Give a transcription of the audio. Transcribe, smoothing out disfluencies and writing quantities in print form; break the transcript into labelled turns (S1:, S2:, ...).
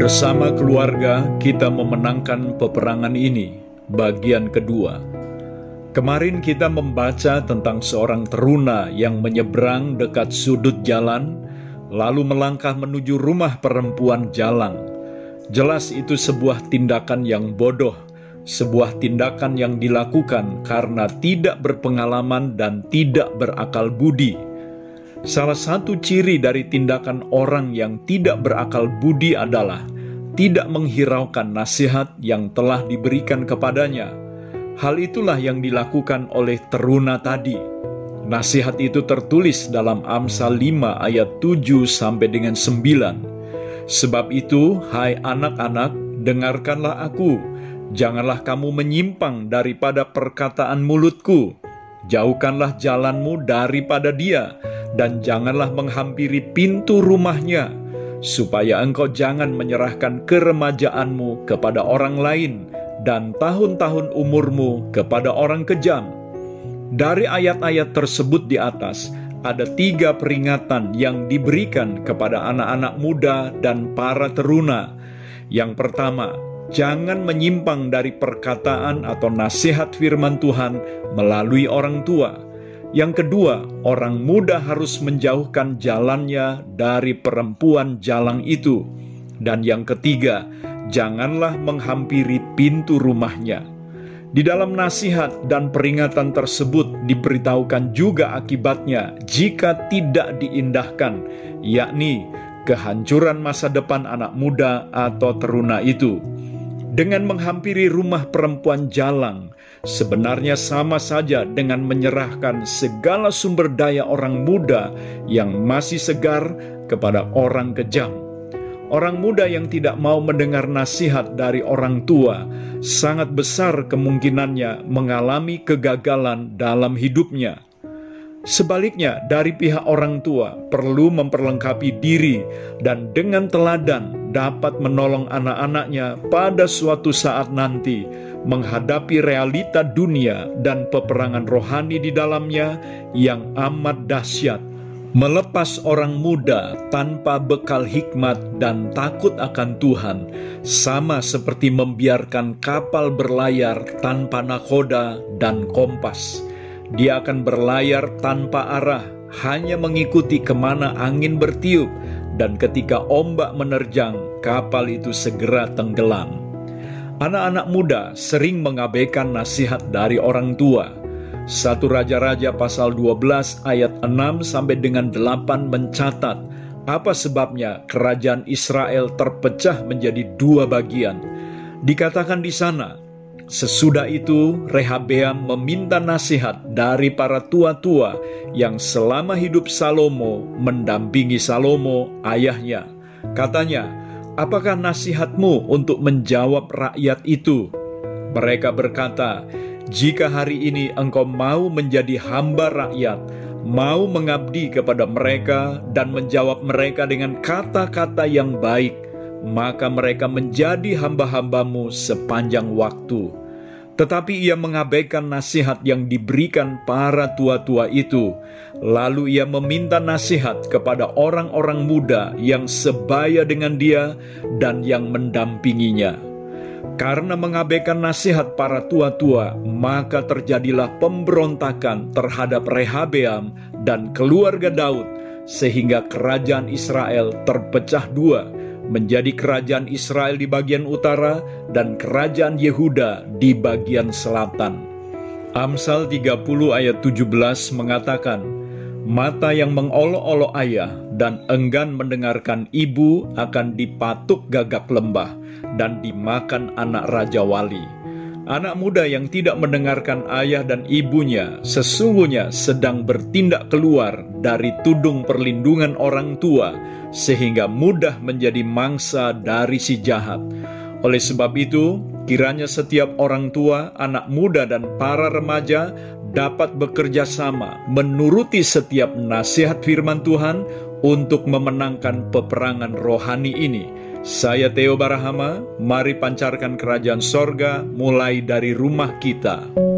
S1: Bersama keluarga kita memenangkan peperangan ini, bagian kedua. Kemarin kita membaca tentang seorang teruna yang menyeberang dekat sudut jalan, lalu melangkah menuju rumah perempuan jalang. Jelas itu sebuah tindakan yang bodoh, sebuah tindakan yang dilakukan karena tidak berpengalaman dan tidak berakal budi. Salah satu ciri dari tindakan orang yang tidak berakal budi adalah tidak menghiraukan nasihat yang telah diberikan kepadanya. Hal itulah yang dilakukan oleh teruna tadi. Nasihat itu tertulis dalam Amsal 5 ayat 7 sampai dengan 9. Sebab itu, hai anak-anak, dengarkanlah aku. Janganlah kamu menyimpang daripada perkataan mulutku. Jauhkanlah jalanmu daripada dia, dan janganlah menghampiri pintu rumahnya, supaya engkau jangan menyerahkan keremajaanmu kepada orang lain, dan tahun-tahun umurmu kepada orang kejam. Dari ayat-ayat tersebut di atas, ada 3 peringatan yang diberikan kepada anak-anak muda dan para teruna. Yang pertama, jangan menyimpang dari perkataan atau nasihat firman Tuhan melalui orang tua. Yang kedua, orang muda harus menjauhkan jalannya dari perempuan jalang itu. Dan yang ketiga, janganlah menghampiri pintu rumahnya. Di dalam nasihat dan peringatan tersebut diberitahukan juga akibatnya jika tidak diindahkan, yakni kehancuran masa depan anak muda atau teruna itu. Dengan menghampiri rumah perempuan jalang, sebenarnya sama saja dengan menyerahkan segala sumber daya orang muda yang masih segar kepada orang kejam. Orang muda yang tidak mau mendengar nasihat dari orang tua, sangat besar kemungkinannya mengalami kegagalan dalam hidupnya. Sebaliknya, dari pihak orang tua perlu memperlengkapi diri dan dengan teladan dapat menolong anak-anaknya pada suatu saat nanti menghadapi realita dunia dan peperangan rohani di dalamnya yang amat dahsyat. Melepas orang muda tanpa bekal hikmat dan takut akan Tuhan sama seperti membiarkan kapal berlayar tanpa nakoda dan kompas. Dia akan berlayar tanpa arah, hanya mengikuti kemana angin bertiup, dan ketika ombak menerjang, kapal itu segera tenggelam. Anak-anak muda sering mengabaikan nasihat dari orang tua. 1 Raja-Raja pasal 12 ayat 6 sampai dengan 8 mencatat apa sebabnya kerajaan Israel terpecah menjadi 2 bagian. Dikatakan di sana, sesudah itu Rehabeam meminta nasihat dari para tua-tua yang selama hidup Salomo mendampingi Salomo ayahnya. Katanya, apakah nasihatmu untuk menjawab rakyat itu? Mereka berkata, jika hari ini engkau mau menjadi hamba rakyat, mau mengabdi kepada mereka dan menjawab mereka dengan kata-kata yang baik, maka mereka menjadi hamba-hambamu sepanjang waktu. Tetapi ia mengabaikan nasihat yang diberikan para tua-tua itu. Lalu ia meminta nasihat kepada orang-orang muda yang sebaya dengan dia dan yang mendampinginya. Karena mengabaikan nasihat para tua-tua, maka terjadilah pemberontakan terhadap Rehabeam dan keluarga Daud, sehingga kerajaan Israel terpecah 2, menjadi kerajaan Israel di bagian utara dan kerajaan Yehuda di bagian selatan. Amsal 30 ayat 17 mengatakan, mata yang mengolok-olok ayah dan enggan mendengarkan ibu akan dipatuk gagak lembah dan dimakan anak raja wali. Anak muda yang tidak mendengarkan ayah dan ibunya sesungguhnya sedang bertindak keluar dari tudung perlindungan orang tua, sehingga mudah menjadi mangsa dari si jahat. Oleh sebab itu, kiranya setiap orang tua, anak muda dan para remaja dapat bekerja sama menuruti setiap nasihat firman Tuhan untuk memenangkan peperangan rohani ini. Saya Theo Barahama, mari pancarkan kerajaan sorga mulai dari rumah kita.